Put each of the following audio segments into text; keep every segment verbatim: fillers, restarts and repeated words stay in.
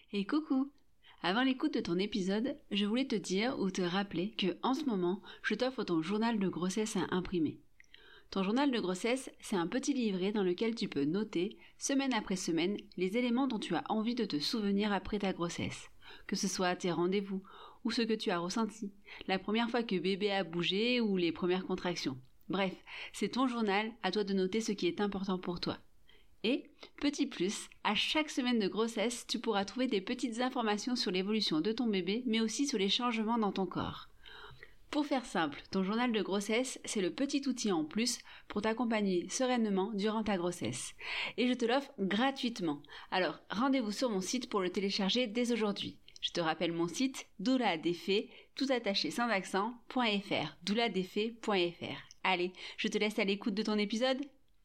Et coucou! Avant l'écoute de ton épisode, je voulais te dire ou te rappeler que en ce moment, je t'offre ton journal de grossesse à imprimer. Ton journal de grossesse, c'est un petit livret dans lequel tu peux noter, semaine après semaine, les éléments dont tu as envie de te souvenir après ta grossesse. Que ce soit tes rendez-vous, ou ce que tu as ressenti, la première fois que bébé a bougé ou les premières contractions. Bref, c'est ton journal, à toi de noter ce qui est important pour toi. Et, petit plus, à chaque semaine de grossesse, tu pourras trouver des petites informations sur l'évolution de ton bébé, mais aussi sur les changements dans ton corps. Pour faire simple, ton journal de grossesse, c'est le petit outil en plus pour t'accompagner sereinement durant ta grossesse. Et je te l'offre gratuitement. Alors, rendez-vous sur mon site pour le télécharger dès aujourd'hui. Je te rappelle mon site, douladefait, tout attaché sans accent, .fr, douladefait point fr. Allez, je te laisse à l'écoute de ton épisode.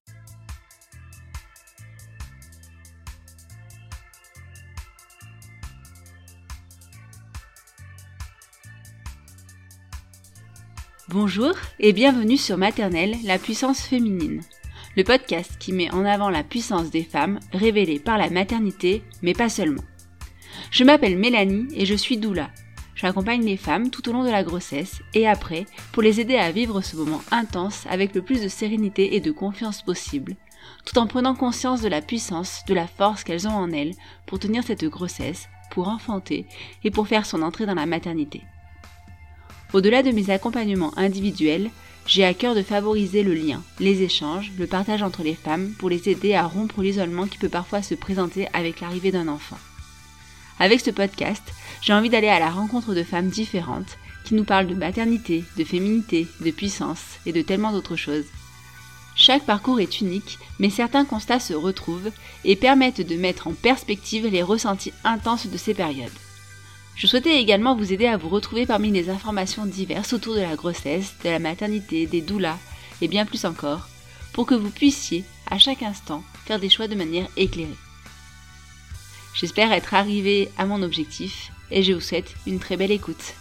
Bonjour et bienvenue sur Maternelle, la puissance féminine, le podcast qui met en avant la puissance des femmes révélée par la maternité, mais pas seulement. Je m'appelle Mélanie et je suis doula. J'accompagne les femmes tout au long de la grossesse et après pour les aider à vivre ce moment intense avec le plus de sérénité et de confiance possible, tout en prenant conscience de la puissance, de la force qu'elles ont en elles pour tenir cette grossesse, pour enfanter et pour faire son entrée dans la maternité. Au-delà de mes accompagnements individuels, j'ai à cœur de favoriser le lien, les échanges, le partage entre les femmes pour les aider à rompre l'isolement qui peut parfois se présenter avec l'arrivée d'un enfant. Avec ce podcast, j'ai envie d'aller à la rencontre de femmes différentes qui nous parlent de maternité, de féminité, de puissance et de tellement d'autres choses. Chaque parcours est unique, mais certains constats se retrouvent et permettent de mettre en perspective les ressentis intenses de ces périodes. Je souhaitais également vous aider à vous retrouver parmi les informations diverses autour de la grossesse, de la maternité, des doulas et bien plus encore, pour que vous puissiez, à chaque instant, faire des choix de manière éclairée. J'espère être arrivée à mon objectif et je vous souhaite une très belle écoute.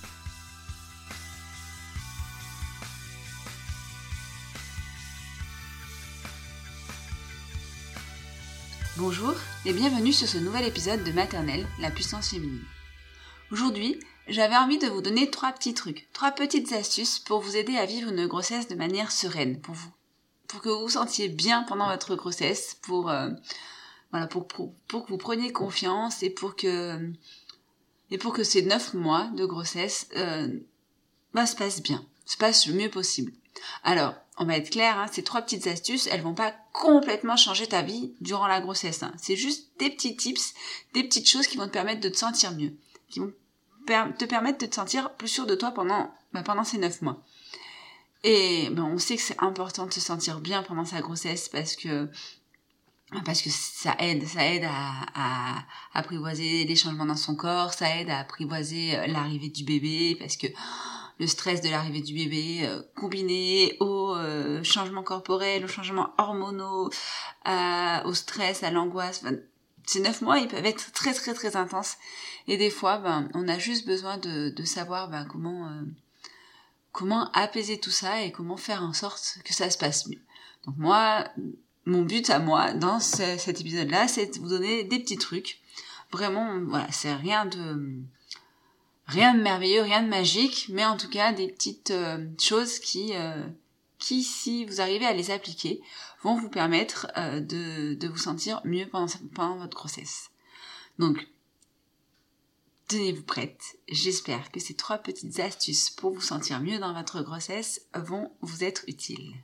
Bonjour et bienvenue sur ce nouvel épisode de Maternelle, la puissance féminine. Aujourd'hui, j'avais envie de vous donner trois petits trucs, trois petites astuces pour vous aider à vivre une grossesse de manière sereine pour vous, pour que vous vous sentiez bien pendant votre grossesse, pour euh, voilà, pour, pour pour que vous preniez confiance et pour que et pour que ces neuf mois de grossesse euh, bah, se passent bien, se passent le mieux possible. Alors, on va être clair, hein, ces trois petites astuces, elles vont pas complètement changer ta vie durant la grossesse. Hein. C'est juste des petits tips, des petites choses qui vont te permettre de te sentir mieux, qui vont te permettre de te sentir plus sûr de toi pendant, bah, pendant ces neuf mois. Et ben, on sait que c'est important de se sentir bien pendant sa grossesse parce que parce que ça aide, ça aide à, à apprivoiser les changements dans son corps, ça aide à apprivoiser l'arrivée du bébé parce que le stress de l'arrivée du bébé euh, combiné aux euh, changements corporels, aux changements hormonaux, à, au stress, à l'angoisse, ben, ces neuf mois, ils peuvent être très très très intenses. Et des fois, ben, on a juste besoin de, de savoir ben, comment, euh, comment apaiser tout ça et comment faire en sorte que ça se passe mieux. Donc moi, mon but à moi, dans ce, cet épisode-là, c'est de vous donner des petits trucs. Vraiment, voilà, c'est rien de, rien de merveilleux, rien de magique, mais en tout cas, des petites euh, choses qui, euh, qui, si vous arrivez à les appliquer, vont vous permettre euh, de, de vous sentir mieux pendant, pendant votre grossesse. Donc, tenez-vous prête. J'espère que ces trois petites astuces pour vous sentir mieux dans votre grossesse vont vous être utiles.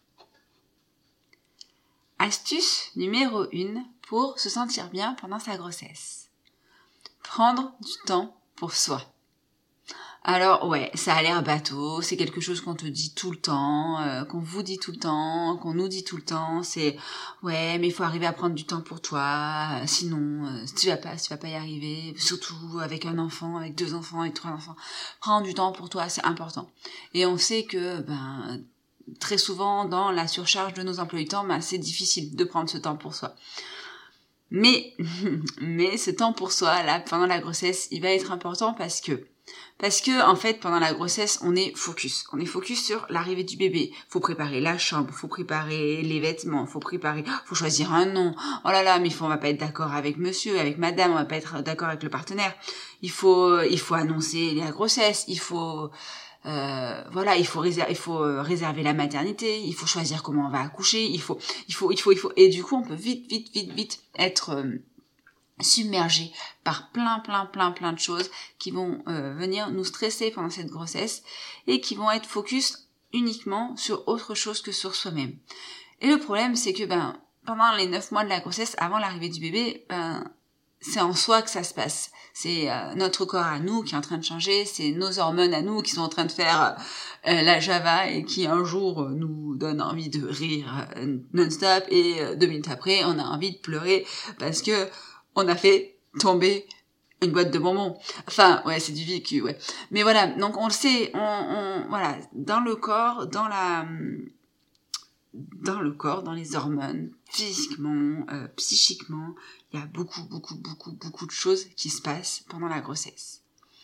Astuce numéro un pour se sentir bien pendant sa grossesse. Prendre du temps pour soi. Alors ouais, ça a l'air bateau, c'est quelque chose qu'on te dit tout le temps, euh, qu'on vous dit tout le temps, qu'on nous dit tout le temps, c'est ouais, mais il faut arriver à prendre du temps pour toi, euh, sinon euh, tu vas pas, tu vas pas y arriver, surtout avec un enfant, avec deux enfants, avec trois enfants. Prendre du temps pour toi, c'est important. Et on sait que ben très souvent dans la surcharge de nos emplois du temps, ben c'est difficile de prendre ce temps pour soi. Mais mais ce temps pour soi là pendant la grossesse, il va être important parce que Parce que, en fait, pendant la grossesse, on est focus. On est focus sur l'arrivée du bébé. Faut préparer la chambre, faut préparer les vêtements, faut préparer, faut choisir un nom. Oh là là, mais il faut, on va pas être d'accord avec monsieur, avec madame, on va pas être d'accord avec le partenaire. Il faut, il faut annoncer la grossesse, il faut, euh, voilà, il faut réserver, il faut réserver la maternité, il faut choisir comment on va accoucher, il faut, il faut, il faut, il faut. Et du coup, on peut vite, vite, vite, vite être, euh, submergé par plein plein plein plein de choses qui vont euh, venir nous stresser pendant cette grossesse et qui vont être focus uniquement sur autre chose que sur soi-même. Et le problème, c'est que ben pendant les neuf mois de la grossesse, avant l'arrivée du bébé, ben c'est en soi que ça se passe. C'est euh, notre corps à nous qui est en train de changer, c'est nos hormones à nous qui sont en train de faire euh, la Java et qui un jour euh, nous donne envie de rire euh, non-stop et euh, deux minutes après, on a envie de pleurer parce que on a fait tomber une boîte de bonbons. Enfin, ouais, c'est du vécu, ouais. Mais voilà, donc on le sait, on, on, voilà, dans le corps, dans la, dans le corps, dans les hormones, physiquement, euh, psychiquement, il y a beaucoup, beaucoup, beaucoup, beaucoup de choses qui se passent pendant la grossesse.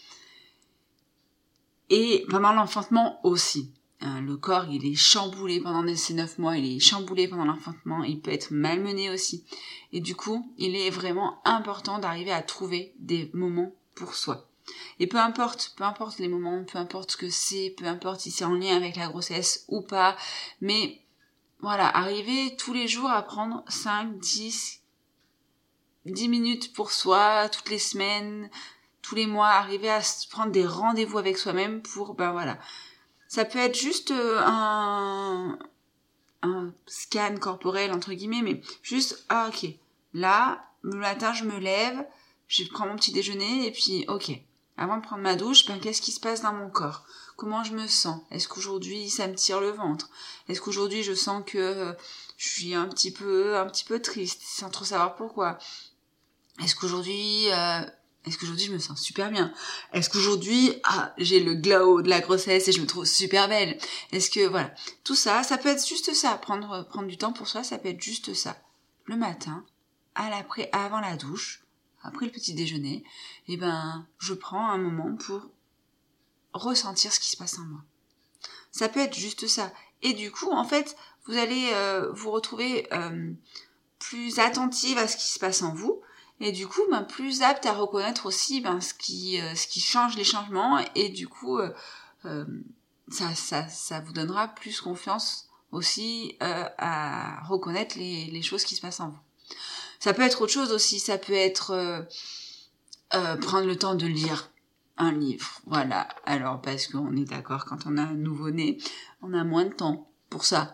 Et pendant l'enfantement aussi. Hein, le corps, il est chamboulé pendant ces neuf mois, il est chamboulé pendant l'enfantement, il peut être malmené aussi. Et du coup, il est vraiment important d'arriver à trouver des moments pour soi. Et peu importe, peu importe les moments, peu importe ce que c'est, peu importe si c'est en lien avec la grossesse ou pas, mais voilà, arriver tous les jours à prendre cinq, dix, dix minutes pour soi, toutes les semaines, tous les mois, arriver à se prendre des rendez-vous avec soi-même pour, ben voilà. Ça peut être juste un, un scan corporel, entre guillemets, mais juste, ah ok, là, le matin, je me lève, je prends mon petit déjeuner, et puis, ok, avant de prendre ma douche, ben qu'est-ce qui se passe dans mon corps ? Comment je me sens ? Est-ce qu'aujourd'hui, ça me tire le ventre ? Est-ce qu'aujourd'hui, je sens que euh, je suis un petit peu, un petit peu triste, sans trop savoir pourquoi ? Est-ce qu'aujourd'hui... Euh, Est-ce qu'aujourd'hui je me sens super bien ? Est-ce qu'aujourd'hui ah, j'ai le glow de la grossesse et je me trouve super belle ? Est-ce que voilà, tout ça, ça peut être juste ça, prendre prendre du temps pour soi, ça peut être juste ça. Le matin, à l'après, avant la douche, après le petit déjeuner, eh ben je prends un moment pour ressentir ce qui se passe en moi. Ça peut être juste ça. Et du coup, en fait, vous allez euh, vous retrouver euh, plus attentive à ce qui se passe en vous. Et du coup, ben, plus apte à reconnaître aussi ben, ce qui euh, ce qui change les changements. Et du coup, euh, euh, ça, ça, ça vous donnera plus confiance aussi euh, à reconnaître les, les choses qui se passent en vous. Ça peut être autre chose aussi. Ça peut être euh, euh, prendre le temps de lire un livre. Voilà. Alors, parce qu'on est d'accord, quand on a un nouveau-né, on a moins de temps pour ça.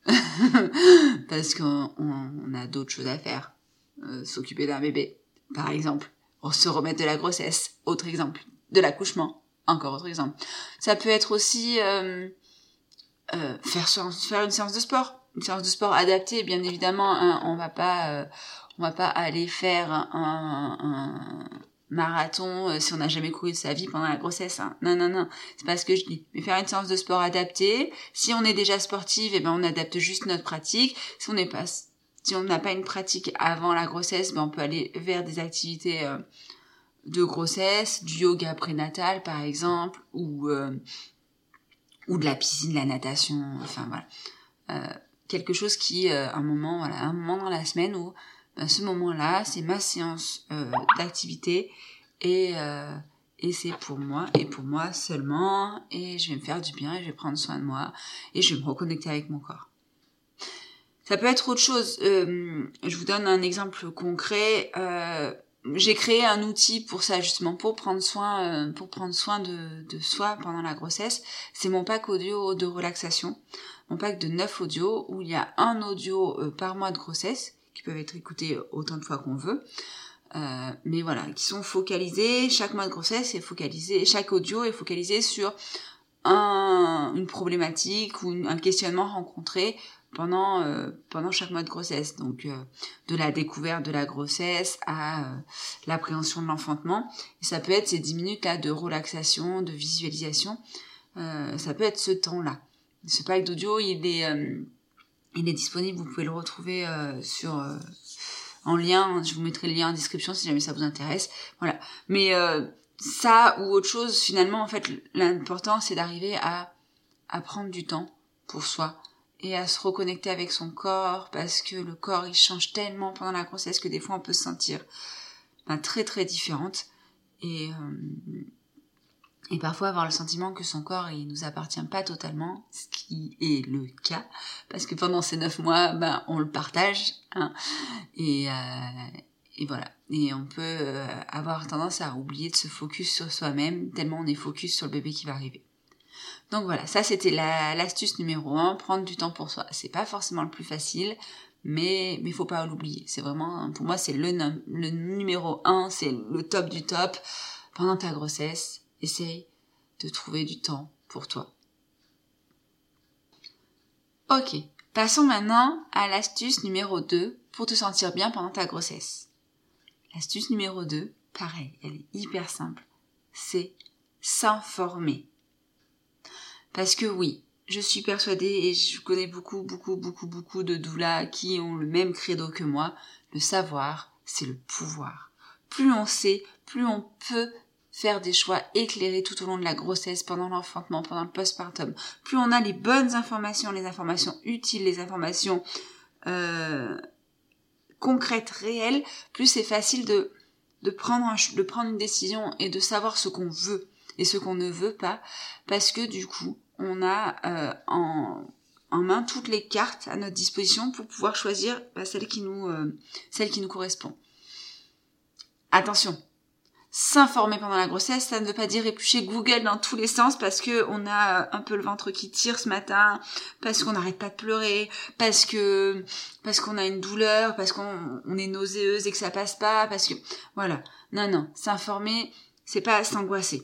Parce qu'on on, on a d'autres choses à faire. Euh, s'occuper d'un bébé, par exemple, se remettre de la grossesse, autre exemple, de l'accouchement, encore autre exemple. Ça peut être aussi euh, euh, faire, faire une séance de sport, une séance de sport adaptée, bien évidemment. Hein, on va pas, euh, on va pas aller faire un, un, un marathon euh, si on n'a jamais couru de sa vie pendant la grossesse. Hein. Non, non, non, c'est pas ce que je dis. Mais faire une séance de sport adaptée. Si on est déjà sportive, eh ben on adapte juste notre pratique. Si on n'est pas Si on n'a pas une pratique avant la grossesse, ben on peut aller vers des activités euh, de grossesse, du yoga prénatal par exemple, ou euh, ou de la piscine, de la natation, enfin voilà, euh, quelque chose qui, euh, un moment, voilà, un moment dans la semaine où ben, ce moment-là, c'est ma séance euh, d'activité et euh, et c'est pour moi et pour moi seulement, et je vais me faire du bien et je vais prendre soin de moi et je vais me reconnecter avec mon corps. Ça peut être autre chose. Euh, je vous donne un exemple concret. Euh, j'ai créé un outil pour ça justement, pour prendre soin, euh, pour prendre soin de, de soi pendant la grossesse. C'est mon pack audio de relaxation, mon pack de neuf audios où il y a un audio euh, par mois de grossesse qui peuvent être écoutés autant de fois qu'on veut. Euh, mais voilà, qui sont focalisés. Chaque mois de grossesse est focalisé, chaque audio est focalisé sur un, une problématique ou une, un questionnement rencontré pendant euh, pendant chaque mois de grossesse, donc euh, de la découverte de la grossesse à euh, l'appréhension de l'enfantement. Et ça peut être ces dix minutes là de relaxation, de visualisation, euh, ça peut être ce temps là. Ce pack d'audio, il est euh, il est disponible, vous pouvez le retrouver euh, sur euh, en lien, je vous mettrai le lien en description si jamais ça vous intéresse. Voilà, mais euh, ça ou autre chose, finalement, en fait, l'important, c'est d'arriver à, à prendre du temps pour soi et à se reconnecter avec son corps, parce que le corps, il change tellement pendant la grossesse que des fois, on peut se sentir ben, très, très différente. Et, euh, et parfois avoir le sentiment que son corps, il nous appartient pas totalement, ce qui est le cas, parce que pendant ces neuf mois, ben, on le partage, hein, et... Euh, Et voilà. Et on peut euh, avoir tendance à oublier de se focus sur soi-même, tellement on est focus sur le bébé qui va arriver. Donc voilà, ça c'était la, l'astuce numéro un, prendre du temps pour soi. C'est pas forcément le plus facile, mais mais faut pas l'oublier. C'est vraiment, pour moi, c'est le, le numéro un, c'est le top du top. Pendant ta grossesse, essaye de trouver du temps pour toi. Ok, passons maintenant à l'astuce numéro deux pour te sentir bien pendant ta grossesse. L'astuce numéro deux, pareil, elle est hyper simple, c'est s'informer. Parce que oui, je suis persuadée et je connais beaucoup, beaucoup, beaucoup, beaucoup de doulas qui ont le même credo que moi, le savoir, c'est le pouvoir. Plus on sait, plus on peut faire des choix éclairés tout au long de la grossesse, pendant l'enfantement, pendant le postpartum. Plus on a les bonnes informations, les informations utiles, les informations... Euh, concrète, réelle, plus c'est facile de, de, prendre un, de prendre une décision et de savoir ce qu'on veut et ce qu'on ne veut pas, parce que du coup, on a euh, en, en main toutes les cartes à notre disposition pour pouvoir choisir bah, celle qui nous, euh, celle qui nous correspond. Attention, s'informer pendant la grossesse, ça ne veut pas dire éplucher Google dans tous les sens parce que on a un peu le ventre qui tire ce matin, parce qu'on n'arrête pas de pleurer, parce que parce qu'on a une douleur, parce qu'on on est nauséeuse et que ça passe pas, parce que voilà. Non non, s'informer, c'est pas s'angoisser.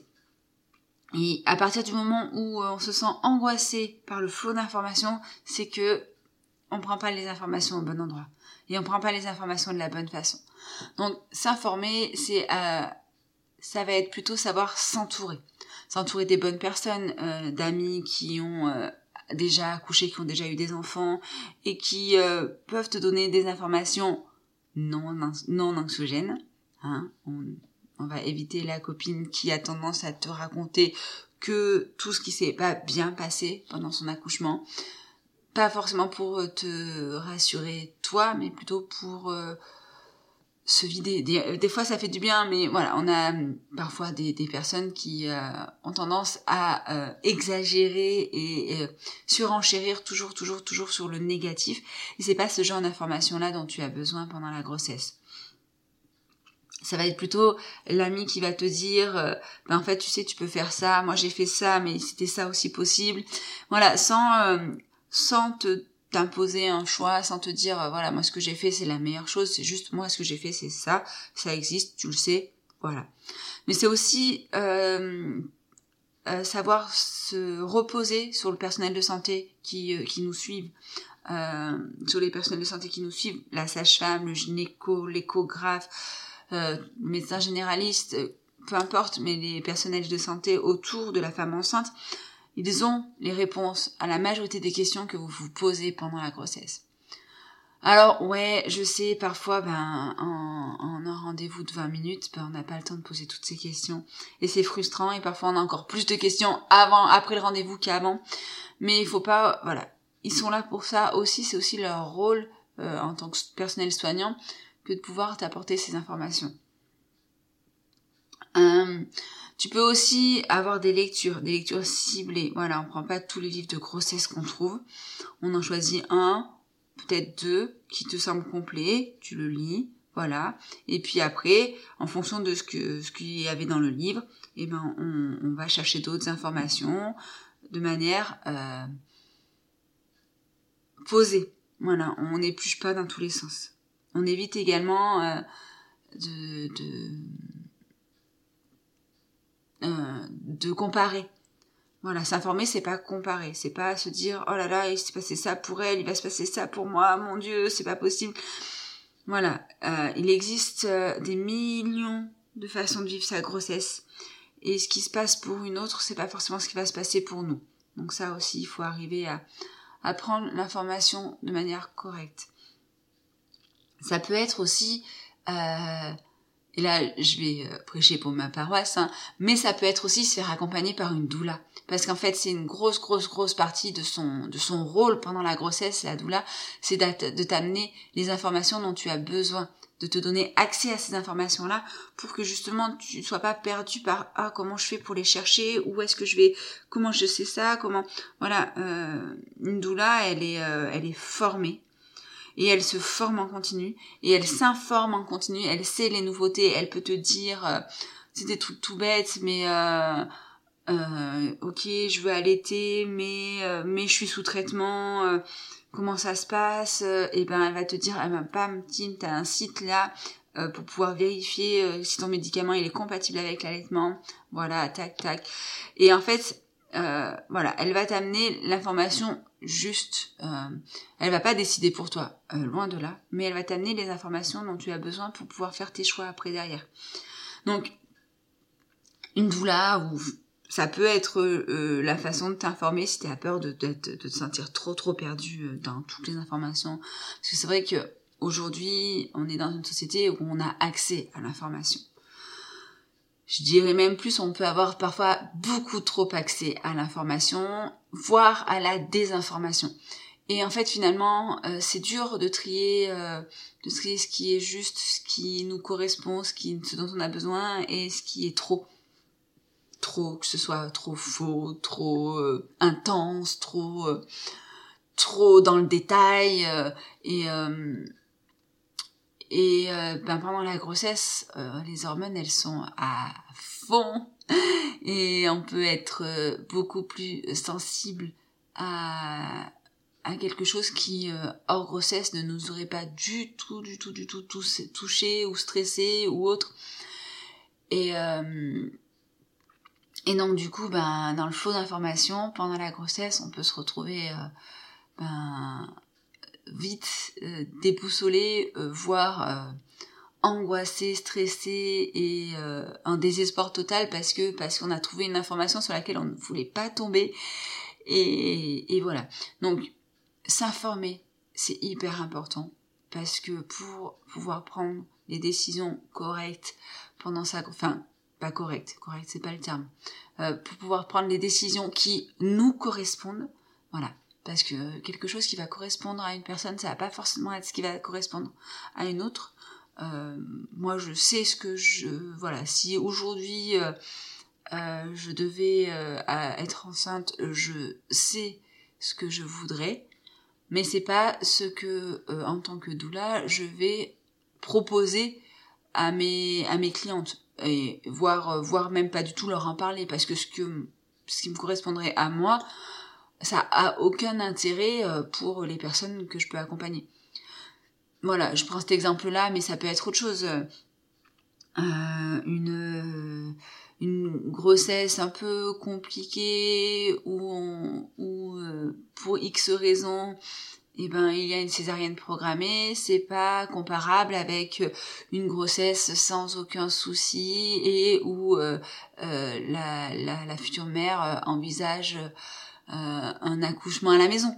Et à partir du moment où on se sent angoissé par le flot d'informations, c'est que on prend pas les informations au bon endroit et on prend pas les informations de la bonne façon. Donc s'informer, c'est euh, ça va être plutôt savoir s'entourer. S'entourer des bonnes personnes, euh, d'amis qui ont euh, déjà accouché, qui ont déjà eu des enfants et qui euh, peuvent te donner des informations non, non anxiogènes. Hein. On, on va éviter la copine qui a tendance à te raconter que tout ce qui s'est pas bien passé pendant son accouchement. Pas forcément pour te rassurer toi, mais plutôt pour... Euh, se vider. Des, des fois, ça fait du bien, mais voilà, on a parfois des, des personnes qui euh, ont tendance à euh, exagérer et, et surenchérir toujours, toujours, toujours sur le négatif. Et c'est pas ce genre d'information-là dont tu as besoin pendant la grossesse. Ça va être plutôt l'ami qui va te dire, euh, ben en fait, tu sais, tu peux faire ça. Moi, j'ai fait ça, mais c'était ça aussi possible. Voilà, sans euh, sans te t'imposer un choix, sans te dire euh, voilà, moi ce que j'ai fait c'est la meilleure chose, c'est juste moi ce que j'ai fait c'est ça, ça existe, tu le sais, voilà. Mais c'est aussi euh, euh, savoir se reposer sur le personnel de santé qui euh, qui nous suivent, euh, sur les personnels de santé qui nous suivent, la sage-femme, le gynéco, l'échographe, euh, le médecin généraliste, peu importe, mais les personnels de santé autour de la femme enceinte. Ils ont les réponses à la majorité des questions que vous vous posez pendant la grossesse. Alors, ouais, je sais, parfois, ben, en, en un rendez-vous de vingt minutes, ben, on n'a pas le temps de poser toutes ces questions. Et c'est frustrant, et parfois on a encore plus de questions avant, après le rendez-vous qu'avant. Mais il faut pas, voilà. Ils sont là pour ça aussi, c'est aussi leur rôle, euh, en tant que personnel soignant, que de pouvoir t'apporter ces informations. Euh, Tu peux aussi avoir des lectures, des lectures ciblées. Voilà, on prend pas tous les livres de grossesse qu'on trouve. On en choisit un, peut-être deux, qui te semblent complets. Tu le lis, voilà. Et puis après, en fonction de ce que ce qu'il y avait dans le livre, eh ben on, on va chercher d'autres informations de manière euh, posée. Voilà, on n'épluche pas dans tous les sens. On évite également euh, de, de Euh, de comparer. Voilà, s'informer, c'est pas comparer, c'est pas se dire oh là là, il s'est passé ça pour elle, il va se passer ça pour moi, mon Dieu, c'est pas possible. Voilà, euh, il existe euh, des millions de façons de vivre sa grossesse, et ce qui se passe pour une autre, c'est pas forcément ce qui va se passer pour nous. Donc ça aussi, il faut arriver à, à prendre l'information de manière correcte. Ça peut être aussi euh, et là je vais prêcher pour ma paroisse, hein, mais ça peut être aussi se faire accompagner par une doula. Parce qu'en fait, c'est une grosse, grosse, grosse partie de son, de son rôle pendant la grossesse, la doula, c'est de t'amener les informations dont tu as besoin, de te donner accès à ces informations-là pour que justement tu ne sois pas perdu par « Ah, comment je fais pour les chercher ? Où est-ce que je vais ? Comment je sais ça ? Comment… » Voilà, euh, une doula, elle est, euh, elle est formée. Et elle se forme en continu, et elle s'informe en continu, elle sait les nouveautés, elle peut te dire, euh, c'est des trucs tout bêtes, mais euh, euh, ok, je veux allaiter, mais euh, mais je suis sous traitement, euh, comment ça se passe ? Et ben elle va te dire, ah ben pam, Tim, t'as un site là euh, pour pouvoir vérifier euh, si ton médicament il est compatible avec l'allaitement, voilà, tac tac. Et en fait, euh, voilà, elle va t'amener l'information juste, euh, elle va pas décider pour toi, euh, loin de là, mais elle va t'amener les informations dont tu as besoin pour pouvoir faire tes choix après derrière. Donc, une doula, ou ça peut être euh, la façon de t'informer si tu as peur de, de, de, de te sentir trop trop perdu dans toutes les informations. Parce que c'est vrai que aujourd'hui, on est dans une société où on a accès à l'information. Je dirais même plus, on peut avoir parfois beaucoup trop accès à l'information, voire à la désinformation. Et en fait, finalement, euh, c'est dur de trier, euh, de trier ce qui est juste, ce qui nous correspond, ce, qui, ce dont on a besoin, et ce qui est trop. Trop, que ce soit trop faux, trop euh, intense, trop, euh, trop dans le détail. Euh, et euh, et euh, ben pendant la grossesse, euh, les hormones, elles sont à fond. Et on peut être euh, beaucoup plus sensible à, à quelque chose qui, euh, hors grossesse, ne nous aurait pas du tout, du tout, du tout, tout touché ou stressé ou autre. Et, euh, et donc, du coup, ben, dans le flot d'informations, pendant la grossesse, on peut se retrouver euh, ben, vite euh, déboussolé, euh, voire euh, angoissé, stressé et euh, en désespoir total parce que parce qu'on a trouvé une information sur laquelle on ne voulait pas tomber. Et, et voilà. Donc, s'informer, c'est hyper important parce que pour pouvoir prendre les décisions correctes pendant sa... Enfin, pas correctes, correct, c'est pas le terme. Euh, pour pouvoir prendre les décisions qui nous correspondent, voilà. Parce que quelque chose qui va correspondre à une personne, ça va pas forcément être ce qui va correspondre à une autre. Euh, moi, je sais ce que je... Voilà, si aujourd'hui... Euh, Euh, je devais euh, être enceinte, je sais ce que je voudrais, mais c'est pas ce que, euh, en tant que doula, je vais proposer à mes à mes clientes, et voire euh, voire même pas du tout leur en parler, parce que ce que ce qui me correspondrait à moi, ça a aucun intérêt euh, pour les personnes que je peux accompagner. Voilà, je prends cet exemple-là, mais ça peut être autre chose. Euh, une une grossesse un peu compliquée où, on, où euh, pour X raisons, eh ben il y a une césarienne programmée, c'est pas comparable avec une grossesse sans aucun souci et où euh, euh, la, la, la future mère envisage euh, un accouchement à la maison.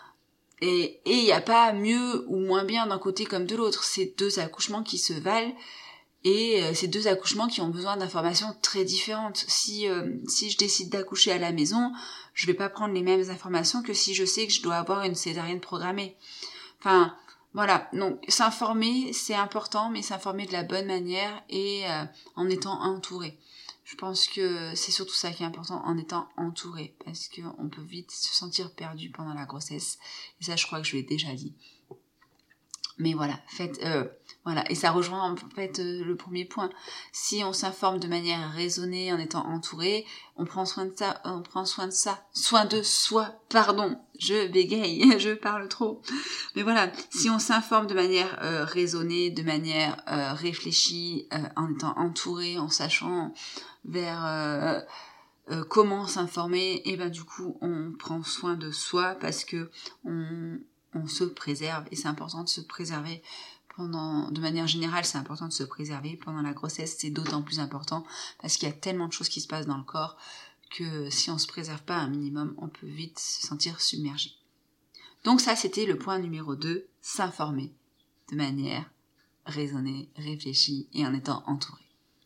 Et il n'y a pas mieux ou moins bien d'un côté comme de l'autre, c'est deux accouchements qui se valent. Et euh, ces deux accouchements qui ont besoin d'informations très différentes. Si euh, si je décide d'accoucher à la maison, je vais pas prendre les mêmes informations que si je sais que je dois avoir une césarienne programmée. Enfin, voilà. Donc, s'informer, c'est important, mais s'informer de la bonne manière et euh, en étant entouré. Je pense que c'est surtout ça qui est important, en étant entouré, parce que on peut vite se sentir perdu pendant la grossesse. Et ça, je crois que je l'ai déjà dit. Mais voilà, faites, euh, voilà, et ça rejoint en fait euh, le premier point. Si on s'informe de manière raisonnée en étant entouré, on prend soin de ça, on prend soin de ça, soin de soi. Pardon, je bégaye, je parle trop. Mais voilà, si on s'informe de manière euh, raisonnée, de manière euh, réfléchie, euh, en étant entouré, en sachant vers euh, euh, comment s'informer, et ben du coup on prend soin de soi parce que on on se préserve, et c'est important de se préserver pendant, de manière générale, c'est important de se préserver pendant la grossesse, c'est d'autant plus important parce qu'il y a tellement de choses qui se passent dans le corps que si on se préserve pas un minimum, on peut vite se sentir submergé. Donc ça, c'était le point numéro deux, s'informer de manière raisonné, réfléchi et en étant entouré.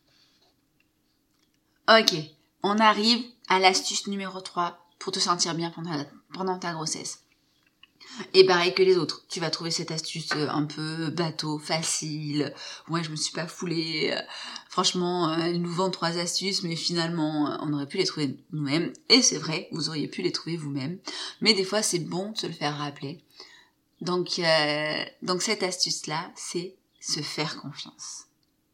Ok, on arrive à l'astuce numéro trois pour te sentir bien pendant, pendant ta grossesse. Et pareil que les autres, tu vas trouver cette astuce un peu bateau, facile. Ouais, je me suis pas foulée. Franchement, elle nous vend trois astuces, mais finalement, on aurait pu les trouver nous-mêmes. Et c'est vrai, vous auriez pu les trouver vous-même. Mais des fois, c'est bon de se le faire rappeler. Donc, euh, donc cette astuce-là, c'est se faire confiance.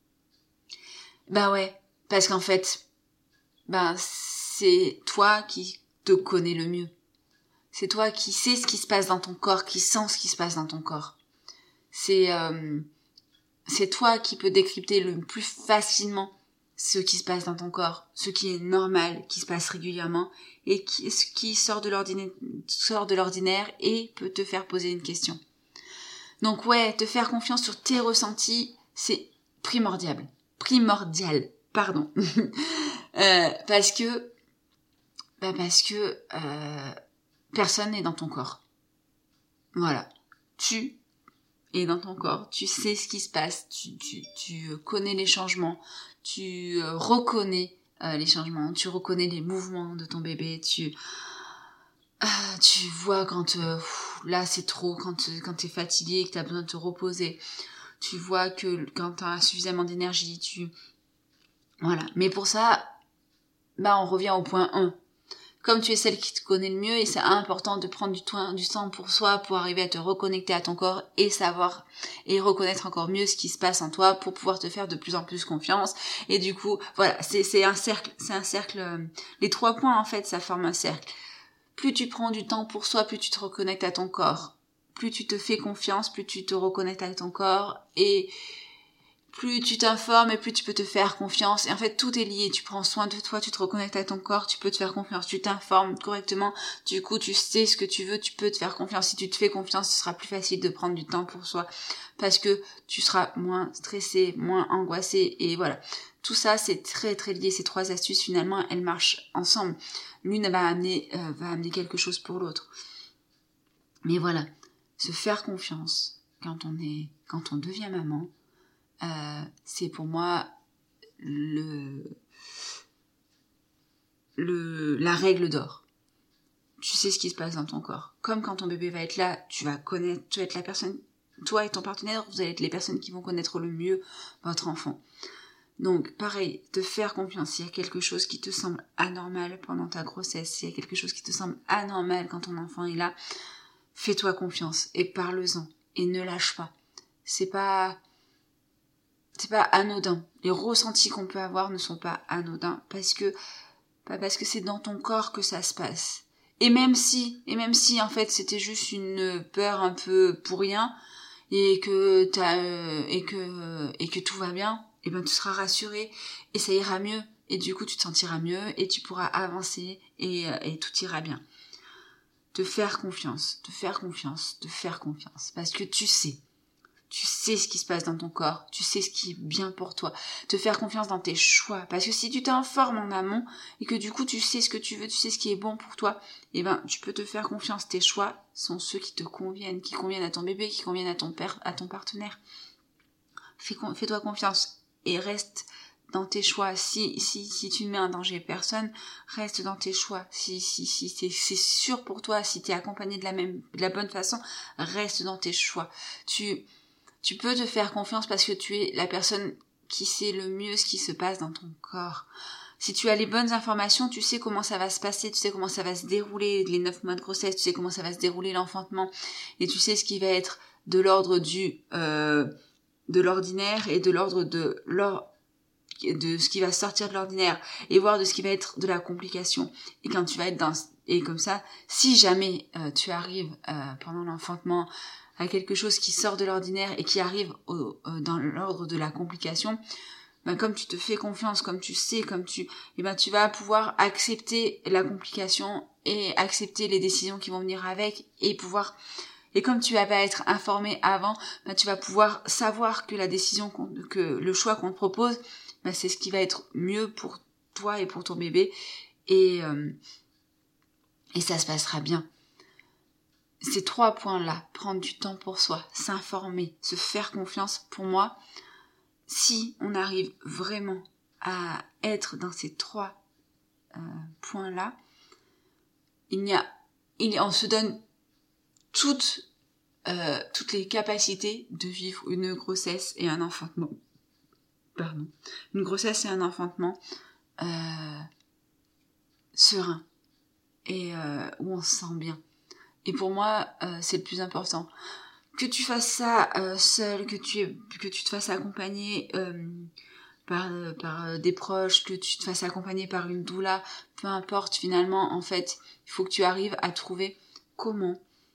Bah ouais, parce qu'en fait, bah c'est toi qui te connais le mieux. C'est toi qui sais ce qui se passe dans ton corps, qui sens ce qui se passe dans ton corps. C'est euh, c'est toi qui peux décrypter le plus facilement ce qui se passe dans ton corps, ce qui est normal, qui se passe régulièrement et qui, ce qui sort de l'ordinaire, sort de l'ordinaire et peut te faire poser une question. Donc ouais, te faire confiance sur tes ressentis, c'est primordial. Primordial, pardon. euh, parce que bah parce que euh, personne n'est dans ton corps. Voilà. Tu es dans ton corps. Tu sais ce qui se passe. Tu, tu, tu connais les changements. Tu euh, reconnais euh, les changements. Tu reconnais les mouvements de ton bébé. Tu, euh, tu vois quand euh, pff, là c'est trop, quand, quand t'es fatigué et que t'as besoin de te reposer. Tu vois que quand t'as suffisamment d'énergie, tu... Voilà. Mais pour ça, bah on revient au point un. Comme tu es celle qui te connaît le mieux, et c'est important de prendre du temps, du temps pour soi pour arriver à te reconnecter à ton corps et savoir et reconnaître encore mieux ce qui se passe en toi pour pouvoir te faire de plus en plus confiance. Et du coup, voilà, c'est, c'est un cercle, c'est un cercle, euh, les trois points en fait, ça forme un cercle. Plus tu prends du temps pour soi, plus tu te reconnectes à ton corps. Plus tu te fais confiance, plus tu te reconnectes à ton corps et plus tu t'informes et plus tu peux te faire confiance. Et en fait, tout est lié. Tu prends soin de toi, tu te reconnectes à ton corps, tu peux te faire confiance. Tu t'informes correctement. Du coup, tu sais ce que tu veux, tu peux te faire confiance. Si tu te fais confiance, ce sera plus facile de prendre du temps pour soi parce que tu seras moins stressé, moins angoissé. Et voilà. Tout ça, c'est très très lié. Ces trois astuces, finalement, elles marchent ensemble. L'une va amener, euh, va amener quelque chose pour l'autre. Mais voilà. Se faire confiance quand on est, quand on devient maman, Euh, c'est pour moi le, le, la règle d'or. Tu sais ce qui se passe dans ton corps. Comme quand ton bébé va être là, tu vas connaître, tu vas être la personne, toi et ton partenaire, vous allez être les personnes qui vont connaître le mieux votre enfant. Donc, pareil, te faire confiance. S'il y a quelque chose qui te semble anormal pendant ta grossesse, s'il y a quelque chose qui te semble anormal quand ton enfant est là, fais-toi confiance et parle-en et ne lâche pas. C'est pas... C'est pas anodin. Les ressentis qu'on peut avoir ne sont pas anodins parce que pas parce que c'est dans ton corps que ça se passe. Et même si, et même si en fait c'était juste une peur un peu pour rien et que t'as euh, et que et que tout va bien, et ben tu seras rassuré et ça ira mieux et du coup tu te sentiras mieux et tu pourras avancer et et tout ira bien. Te faire confiance, te faire confiance, te faire confiance parce que tu sais. Tu sais ce qui se passe dans ton corps, tu sais ce qui est bien pour toi. Te faire confiance dans tes choix. Parce que si tu t'informes en amont et que du coup tu sais ce que tu veux, tu sais ce qui est bon pour toi, eh ben tu peux te faire confiance. Tes choix sont ceux qui te conviennent, qui conviennent à ton bébé, qui conviennent à ton père, à ton partenaire. Fais, fais-toi confiance et reste dans tes choix. Si, si, si tu ne mets en danger personne, reste dans tes choix. Si, si, si c'est, c'est sûr pour toi, si t'es accompagné de la même, de la bonne façon, reste dans tes choix. Tu, Tu peux te faire confiance parce que tu es la personne qui sait le mieux ce qui se passe dans ton corps. Si tu as les bonnes informations, tu sais comment ça va se passer, tu sais comment ça va se dérouler les neuf mois de grossesse, tu sais comment ça va se dérouler l'enfantement, et tu sais ce qui va être de l'ordre du euh, de l'ordinaire et de l'ordre de l'or de ce qui va sortir de l'ordinaire et voir de ce qui va être de la complication. Et quand tu vas être dans et comme ça, si jamais euh, tu arrives euh, pendant l'enfantement à quelque chose qui sort de l'ordinaire et qui arrive au, euh, dans l'ordre de la complication, ben comme tu te fais confiance, comme tu sais, comme tu, et ben tu vas pouvoir accepter la complication et accepter les décisions qui vont venir avec et pouvoir, et comme tu vas pas être informé avant, ben tu vas pouvoir savoir que la décision, qu'on, que le choix qu'on te propose, ben c'est ce qui va être mieux pour toi et pour ton bébé et euh, et ça se passera bien. ces trois points-là, prendre du temps pour soi, s'informer, se faire confiance, pour moi, si on arrive vraiment à être dans ces trois euh, points-là, il y a, il, on se donne toutes, euh, toutes les capacités de vivre une grossesse et un enfantement. Pardon. Une grossesse et un enfantement euh, serein et euh, où on se sent bien. Et pour moi, euh, c'est le plus important. Que tu fasses ça euh, seul, que tu, aies, que tu te fasses accompagner euh, par, euh, par euh, des proches, que tu te fasses accompagner par une doula, peu importe, finalement, en fait, il faut que tu arrives à trouver comment,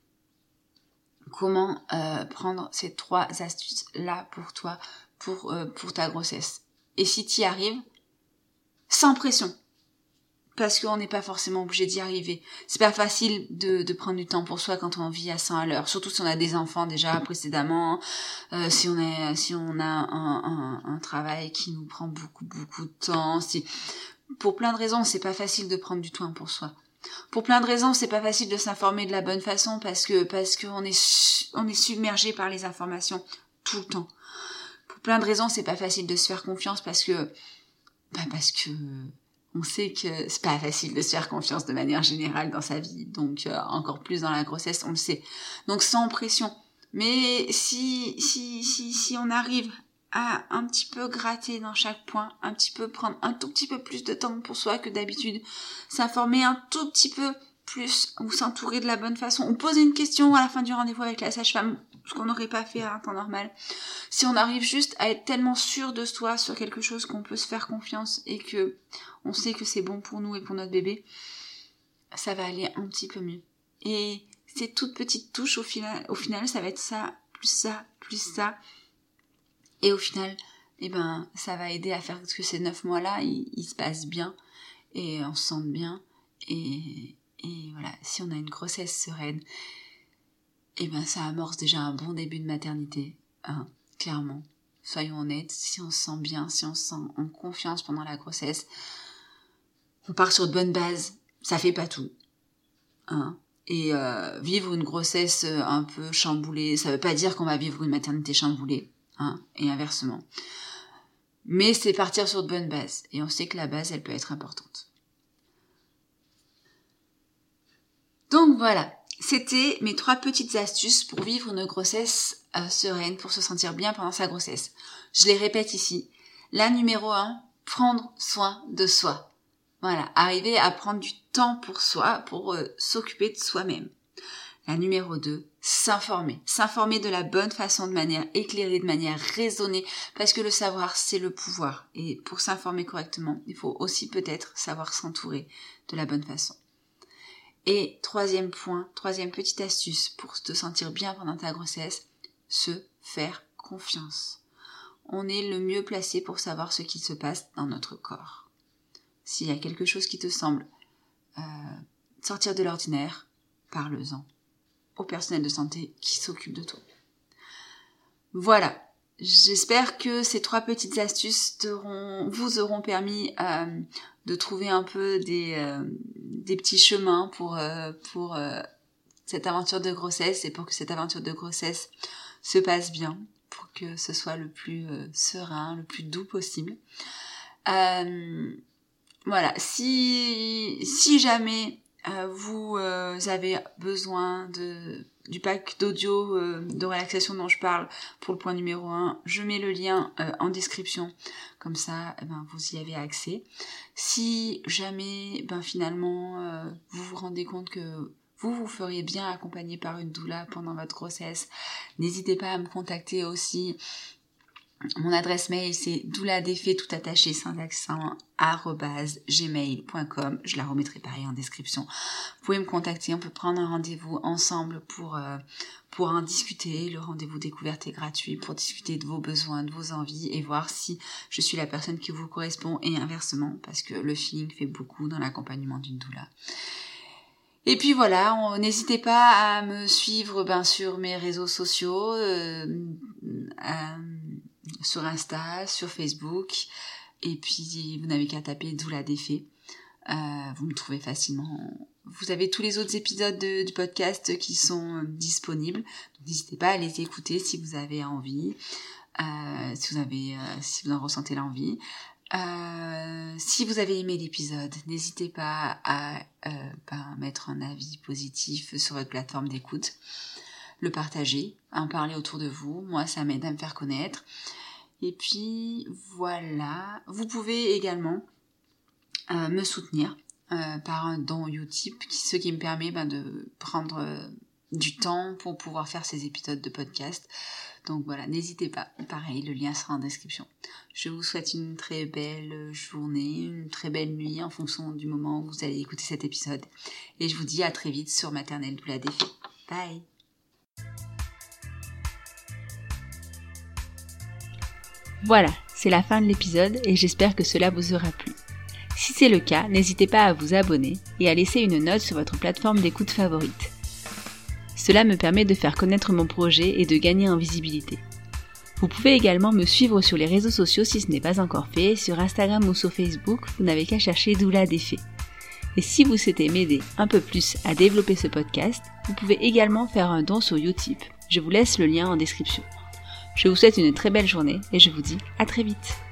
comment euh, prendre ces trois astuces-là pour toi, pour, euh, pour ta grossesse. Et si tu y arrives, sans pression. Parce qu'on n'est pas forcément obligé d'y arriver. C'est pas facile de, de prendre du temps pour soi quand on vit à cent à l'heure. Surtout si on a des enfants déjà précédemment, euh, si on a, si on a un, un, un travail qui nous prend beaucoup, beaucoup de temps. Si... Pour plein de raisons, c'est pas facile de prendre du temps pour soi. Pour plein de raisons, c'est pas facile de s'informer de la bonne façon parce que, parce qu'on est, su, on est submergé par les informations tout le temps. Pour plein de raisons, c'est pas facile de se faire confiance parce que, bah parce que, on sait que c'est pas facile de se faire confiance de manière générale dans sa vie, donc euh, encore plus dans la grossesse, on le sait. Donc sans pression. Mais si si si si on arrive à un petit peu gratter dans chaque point, un petit peu prendre un tout petit peu plus de temps pour soi que d'habitude, s'informer un tout petit peu plus ou s'entourer de la bonne façon, ou poser une question à la fin du rendez-vous avec la sage-femme, ce qu'on n'aurait pas fait à un temps normal. Si on arrive juste à être tellement sûr de soi sur quelque chose qu'on peut se faire confiance et que on sait que c'est bon pour nous et pour notre bébé, ça va aller un petit peu mieux. Et ces toutes petites touches, au final, au final, ça va être ça, plus ça, plus ça. Et au final, eh ben, ça va aider à faire que ces neuf mois-là, ils, ils se passent bien et on se sente bien. Et, et voilà, si on a une grossesse sereine, eh ben, ça amorce déjà un bon début de maternité, hein, clairement. Soyons honnêtes, si on se sent bien, si on se sent en confiance pendant la grossesse, on part sur de bonnes bases, ça fait pas tout. Hein. Et euh, vivre une grossesse un peu chamboulée, ça veut pas dire qu'on va vivre une maternité chamboulée, hein, et inversement. Mais c'est partir sur de bonnes bases. Et on sait que la base, elle peut être importante. Donc voilà, c'était mes trois petites astuces pour vivre une grossesse euh, sereine, pour se sentir bien pendant sa grossesse. Je les répète ici. La numéro un, prendre soin de soi. Voilà, arriver à prendre du temps pour soi, pour euh, s'occuper de soi-même. La numéro deux, s'informer. S'informer de la bonne façon, de manière éclairée, de manière raisonnée, parce que le savoir, c'est le pouvoir. Et pour s'informer correctement, il faut aussi peut-être savoir s'entourer de la bonne façon. Et troisième point, troisième petite astuce pour te sentir bien pendant ta grossesse, se faire confiance. On est le mieux placé pour savoir ce qui se passe dans notre corps. S'il y a quelque chose qui te semble euh, sortir de l'ordinaire, parle-en au personnel de santé qui s'occupe de toi. Voilà, j'espère que ces trois petites astuces t'auront, vous auront permis euh, de trouver un peu des, euh, des petits chemins pour, euh, pour euh, cette aventure de grossesse et pour que cette aventure de grossesse se passe bien, pour que ce soit le plus euh, serein, le plus doux possible. Euh, Voilà, si si jamais euh, vous euh, avez besoin de du pack d'audio euh, de relaxation dont je parle pour le point numéro un, je mets le lien euh, en description, comme ça eh ben, vous y avez accès. Si jamais ben, finalement euh, vous vous rendez compte que vous vous feriez bien accompagner par une doula pendant votre grossesse, n'hésitez pas à me contacter aussi. Mon adresse mail, c'est douladéfait tout attaché sans accent arobase gmail point com. Je la remettrai pareil en description. Vous pouvez me contacter, on peut prendre un rendez-vous ensemble pour euh, pour en discuter. Le rendez-vous découverte est gratuit pour discuter de vos besoins, de vos envies et voir si je suis la personne qui vous correspond et inversement, parce que le feeling fait beaucoup dans l'accompagnement d'une doula. Et puis voilà, on, n'hésitez pas à me suivre ben, sur mes réseaux sociaux, euh, à, sur Insta, sur Facebook, et puis vous n'avez qu'à taper Doula Défait. Euh, vous me trouvez facilement. Vous avez tous les autres épisodes de, du podcast qui sont disponibles. Donc, n'hésitez pas à les écouter si vous avez envie, euh, si vous avez, euh, si vous en ressentez l'envie. Euh, si vous avez aimé l'épisode, n'hésitez pas à euh, bah, mettre un avis positif sur votre plateforme d'écoute, le partager, en parler autour de vous. Moi, ça m'aide à me faire connaître. Et puis voilà, vous pouvez également euh, me soutenir euh, par un don Utip, ce qui me permet ben, de prendre euh, du temps pour pouvoir faire ces épisodes de podcast. Donc voilà, n'hésitez pas. Pareil, le lien sera en description. Je vous souhaite une très belle journée, une très belle nuit en fonction du moment où vous allez écouter cet épisode. Et je vous dis à très vite sur Maternelle Doula Défait. Bye. Voilà, c'est la fin de l'épisode et j'espère que cela vous aura plu. Si c'est le cas, n'hésitez pas à vous abonner et à laisser une note sur votre plateforme d'écoute favorite. Cela me permet de faire connaître mon projet et de gagner en visibilité. Vous pouvez également me suivre sur les réseaux sociaux si ce n'est pas encore fait, sur Instagram ou sur Facebook, vous n'avez qu'à chercher Doula Défait. Et si vous souhaitez m'aider un peu plus à développer ce podcast, vous pouvez également faire un don sur Utip. Je vous laisse le lien en description. Je vous souhaite une très belle journée et je vous dis à très vite.